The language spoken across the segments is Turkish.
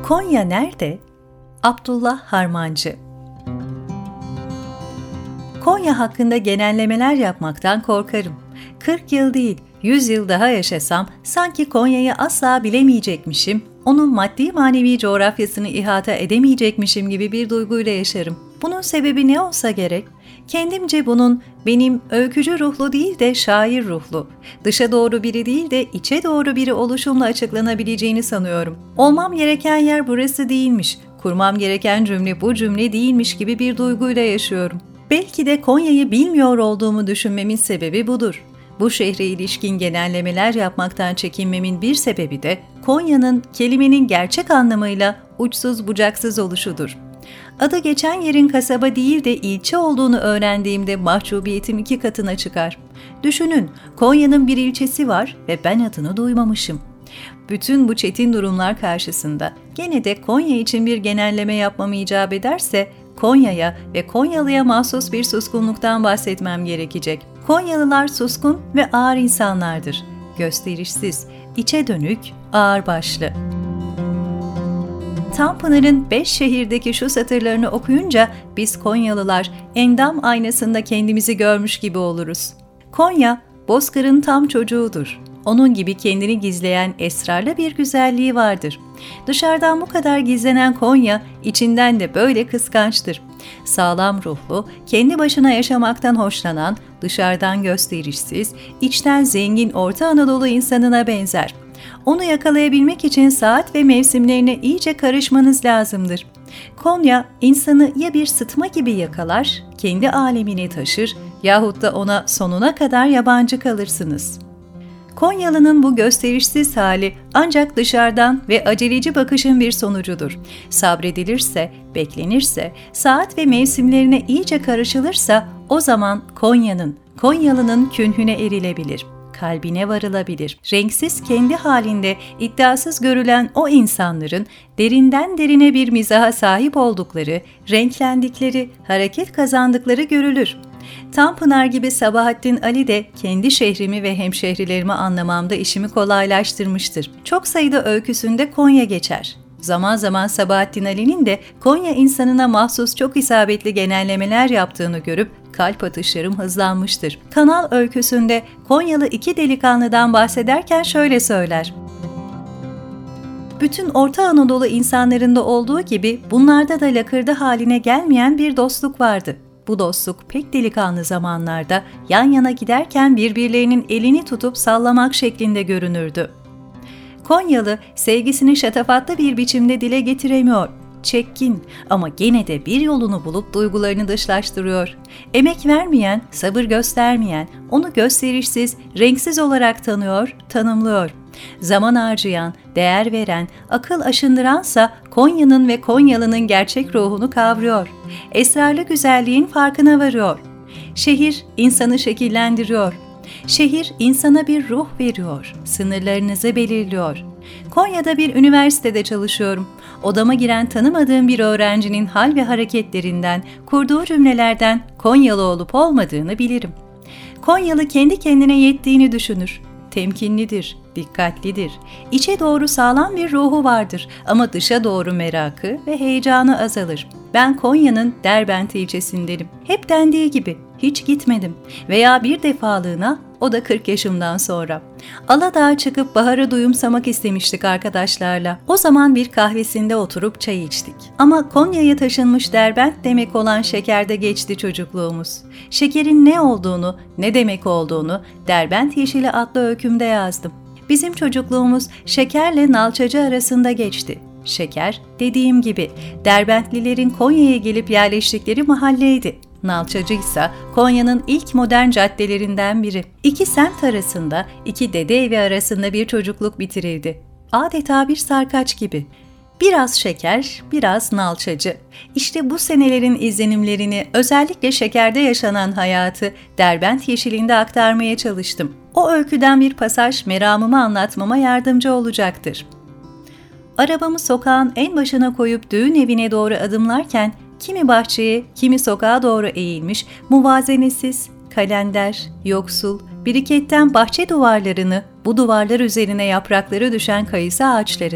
Konya nerede? Abdullah Harmancı. Konya hakkında genellemeler yapmaktan korkarım. 40 yıl değil, 100 yıl daha yaşasam sanki Konya'yı asla bilemeyecekmişim, onun maddi manevi coğrafyasını ihata edemeyecekmişim gibi bir duyguyla yaşarım. Bunun sebebi ne olsa gerek? Kendimce bunun benim öykücü ruhlu değil de şair ruhlu, dışa doğru biri değil de içe doğru biri oluşumla açıklanabileceğini sanıyorum. Olmam gereken yer burası değilmiş, kurmam gereken cümle bu cümle değilmiş gibi bir duyguyla yaşıyorum. Belki de Konya'yı bilmiyor olduğumu düşünmemin sebebi budur. Bu şehre ilişkin genellemeler yapmaktan çekinmemin bir sebebi de Konya'nın kelimenin gerçek anlamıyla uçsuz bucaksız oluşudur. Adı geçen yerin kasaba değil de ilçe olduğunu öğrendiğimde mahcubiyetim 2 katına çıkar. Düşünün, Konya'nın bir ilçesi var ve ben adını duymamışım. Bütün bu çetin durumlar karşısında gene de Konya için bir genelleme yapmam icap ederse Konya'ya ve Konyalı'ya mahsus bir suskunluktan bahsetmem gerekecek. Konyalılar suskun ve ağır insanlardır. Gösterişsiz, içe dönük, ağırbaşlı. Tanpınar'ın 5 şehirdeki şu satırlarını okuyunca biz Konyalılar endam aynasında kendimizi görmüş gibi oluruz. Konya, Bozkır'ın tam çocuğudur. Onun gibi kendini gizleyen esrarlı bir güzelliği vardır. Dışarıdan bu kadar gizlenen Konya, içinden de böyle kıskançtır. Sağlam ruhlu, kendi başına yaşamaktan hoşlanan, dışarıdan gösterişsiz, içten zengin Orta Anadolu insanına benzer. Onu yakalayabilmek için saat ve mevsimlerine iyice karışmanız lazımdır. Konya, insanı ya bir sıtma gibi yakalar, kendi alemine taşır yahut da ona sonuna kadar yabancı kalırsınız. Konyalı'nın bu gösterişsiz hali ancak dışarıdan ve aceleci bakışın bir sonucudur. Sabredilirse, beklenirse, saat ve mevsimlerine iyice karışılırsa o zaman Konyalı'nın künhüne erilebilir, kalbine varılabilir. Renksiz kendi halinde iddiasız görülen o insanların derinden derine bir mizaha sahip oldukları, renklendikleri, hareket kazandıkları görülür. Tanpınar gibi Sabahattin Ali de kendi şehrimi ve hemşehrilerimi anlamamda işimi kolaylaştırmıştır. Çok sayıda öyküsünde Konya geçer. Zaman zaman Sabahattin Ali'nin de Konya insanına mahsus çok isabetli genellemeler yaptığını görüp kalp atışlarım hızlanmıştır. Kanal öyküsünde Konyalı 2 delikanlıdan bahsederken şöyle söyler: bütün Orta Anadolu insanlarında olduğu gibi bunlarda da lakırdı haline gelmeyen bir dostluk vardı. Bu dostluk pek delikanlı zamanlarda yan yana giderken birbirlerinin elini tutup sallamak şeklinde görünürdü. Konyalı sevgisini şatafatlı bir biçimde dile getiremiyor. Çekkin ama gene de bir yolunu bulup duygularını dışlaştırıyor. Emek vermeyen, sabır göstermeyen, onu gösterişsiz, renksiz olarak tanıyor, tanımlıyor. Zaman harcayan, değer veren, akıl aşındıransa Konya'nın ve Konyalı'nın gerçek ruhunu kavruyor. Esrarlı güzelliğin farkına varıyor. Şehir insanı şekillendiriyor. Şehir insana bir ruh veriyor, sınırlarınızı belirliyor. Konya'da bir üniversitede çalışıyorum. Odama giren tanımadığım bir öğrencinin hal ve hareketlerinden, kurduğu cümlelerden Konyalı olup olmadığını bilirim. Konyalı kendi kendine yettiğini düşünür. Temkinlidir, dikkatlidir. İçe doğru sağlam bir ruhu vardır ama dışa doğru merakı ve heyecanı azalır. Ben Konya'nın Derbent ilçesindenim. Hep dendiği gibi hiç gitmedim veya bir defalığına, o da 40 yaşımdan sonra. Aladağ'a çıkıp baharı duyumsamak istemiştik arkadaşlarla. O zaman bir kahvesinde oturup çay içtik. Ama Konya'ya taşınmış Derbent demek olan şekerde geçti çocukluğumuz. Şekerin ne olduğunu, ne demek olduğunu Derbent Yeşili adlı öykümde yazdım. Bizim çocukluğumuz şekerle nalçacı arasında geçti. Şeker, dediğim gibi, Derbentlilerin Konya'ya gelip yerleştikleri mahalleydi. Nalçacı ise Konya'nın ilk modern caddelerinden biri. 2 semt arasında, 2 dede evi arasında bir çocukluk bitirildi. Adeta bir sarkaç gibi. Biraz şeker, biraz nalçacı. İşte bu senelerin izlenimlerini, özellikle şekerde yaşanan hayatı Derbent Yeşili'nde aktarmaya çalıştım. O öyküden bir pasaj meramımı anlatmama yardımcı olacaktır. Arabamı sokağın en başına koyup düğün evine doğru adımlarken kimi bahçeye, kimi sokağa doğru eğilmiş, muvazenesiz, kalender, yoksul, biriketten bahçe duvarlarını, bu duvarlar üzerine yaprakları düşen kayısı ağaçlarını,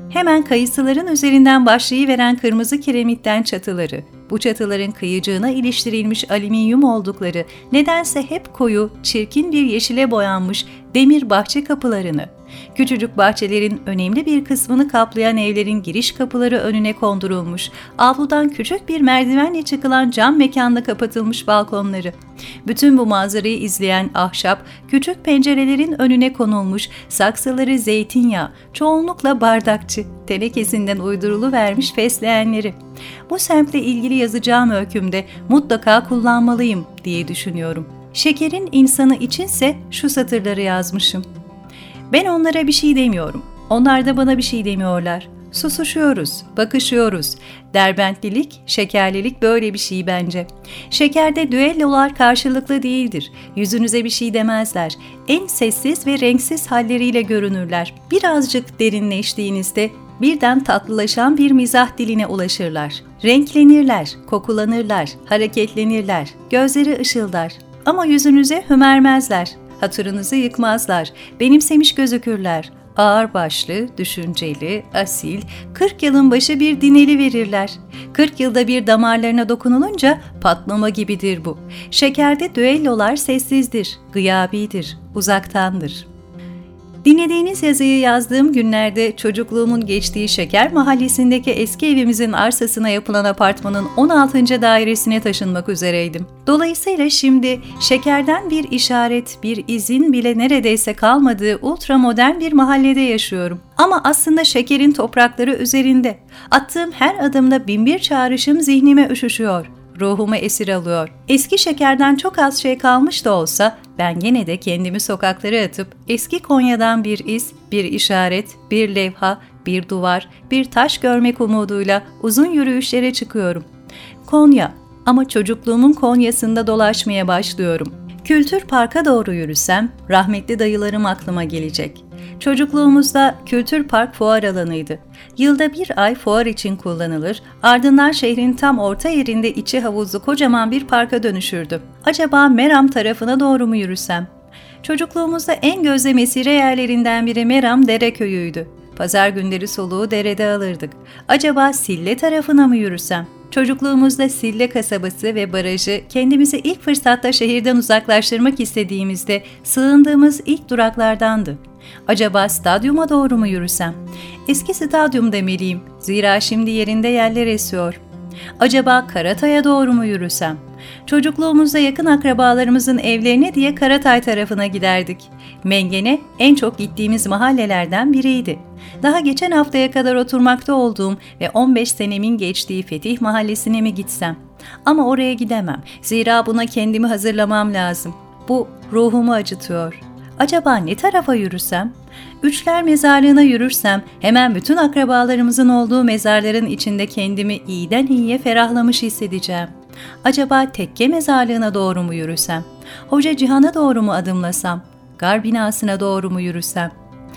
Hemen kayısıların üzerinden başlayıveren kırmızı kiremitten çatıları, bu çatıların kıyıcığına iliştirilmiş alüminyum oldukları, nedense hep koyu, çirkin bir yeşile boyanmış demir bahçe kapılarını, küçücük bahçelerin önemli bir kısmını kaplayan evlerin giriş kapıları önüne kondurulmuş, avludan küçük bir merdivenle çıkılan cam mekanla kapatılmış balkonları, bütün bu manzarayı izleyen ahşap, küçük pencerelerin önüne konulmuş, saksıları zeytinyağı, çoğunlukla bardakçı, tenekesinden uyduruluvermiş fesleğenleri. Bu semtle ilgili yazacağım öykümde mutlaka kullanmalıyım diye düşünüyorum. Şekerin insanı içinse şu satırları yazmışım. Ben onlara bir şey demiyorum. Onlar da bana bir şey demiyorlar. Susuşuyoruz, bakışıyoruz. Derbentlilik, şekerlilik böyle bir şey bence. Şekerde düellolar karşılıklı değildir. Yüzünüze bir şey demezler. En sessiz ve renksiz halleriyle görünürler. Birazcık derinleştiğinizde birden tatlılaşan bir mizah diline ulaşırlar. Renklenirler, kokulanırlar, hareketlenirler, gözleri ışıldar. Ama yüzünüze hömermezler. Hatırınızı yıkmazlar, benimsemiş gözükürler. Ağırbaşlı, düşünceli, asil, 40 yılın başı bir dineli verirler. 40 yılda bir damarlarına dokunulunca patlama gibidir bu. Şekerde düellolar sessizdir, gıyabidir, uzaktandır. Dinlediğiniz yazıyı yazdığım günlerde çocukluğumun geçtiği Şeker Mahallesi'ndeki eski evimizin arsasına yapılan apartmanın 16. dairesine taşınmak üzereydim. Dolayısıyla şimdi şekerden bir işaret, bir izin bile neredeyse kalmadığı ultramodern bir mahallede yaşıyorum. Ama aslında şekerin toprakları üzerinde. Attığım her adımda binbir çağrışım zihnime üşüşüyor. Ruhumu esir alıyor. Eski şekerden çok az şey kalmış da olsa ben gene de kendimi sokaklara atıp eski Konya'dan bir iz, bir işaret, bir levha, bir duvar, bir taş görmek umuduyla uzun yürüyüşlere çıkıyorum. Konya, ama çocukluğumun Konya'sında dolaşmaya başlıyorum. Kültür Park'a doğru yürüsem rahmetli dayılarım aklıma gelecek. Çocukluğumuzda Kültür Park fuar alanıydı. Yılda bir ay fuar için kullanılır, ardından şehrin tam orta yerinde içi havuzlu kocaman bir parka dönüşürdü. Acaba Meram tarafına doğru mu yürüsem? Çocukluğumuzda en gözde mesire yerlerinden biri Meram Dereköyü'ydü. Pazar günleri soluğu derede alırdık. Acaba Sille tarafına mı yürüsem? Çocukluğumuzda Sille kasabası ve barajı kendimizi ilk fırsatta şehirden uzaklaştırmak istediğimizde sığındığımız ilk duraklardandı. Acaba stadyuma doğru mu yürüsem? Eski stadyum demeliyim. Zira şimdi yerinde yerler esiyor. Acaba Karatay'a doğru mu yürüsem? Çocukluğumuzda yakın akrabalarımızın evlerine diye Karatay tarafına giderdik. Mengene en çok gittiğimiz mahallelerden biriydi. Daha geçen haftaya kadar oturmakta olduğum ve 15 senemin geçtiği Fetih Mahallesi'ne mi gitsem? Ama oraya gidemem. Zira buna kendimi hazırlamam lazım. Bu ruhumu acıtıyor. Acaba ne tarafa yürüsem? Üçler mezarlığına yürürsem hemen bütün akrabalarımızın olduğu mezarların içinde kendimi iyiden iyiye ferahlamış hissedeceğim. Acaba Tekke mezarlığına doğru mu yürüsem? Hoca Cihan'a doğru mu adımlasam? Gar binasına doğru mu yürüsem?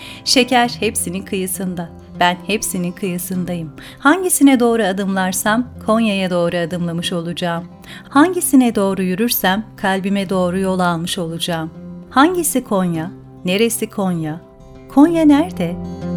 Şeker hepsinin kıyısında. Ben hepsinin kıyısındayım. Hangisine doğru adımlarsam Konya'ya doğru adımlamış olacağım. Hangisine doğru yürürsem kalbime doğru yol almış olacağım. Hangisi Konya? Neresi Konya? Konya nerede?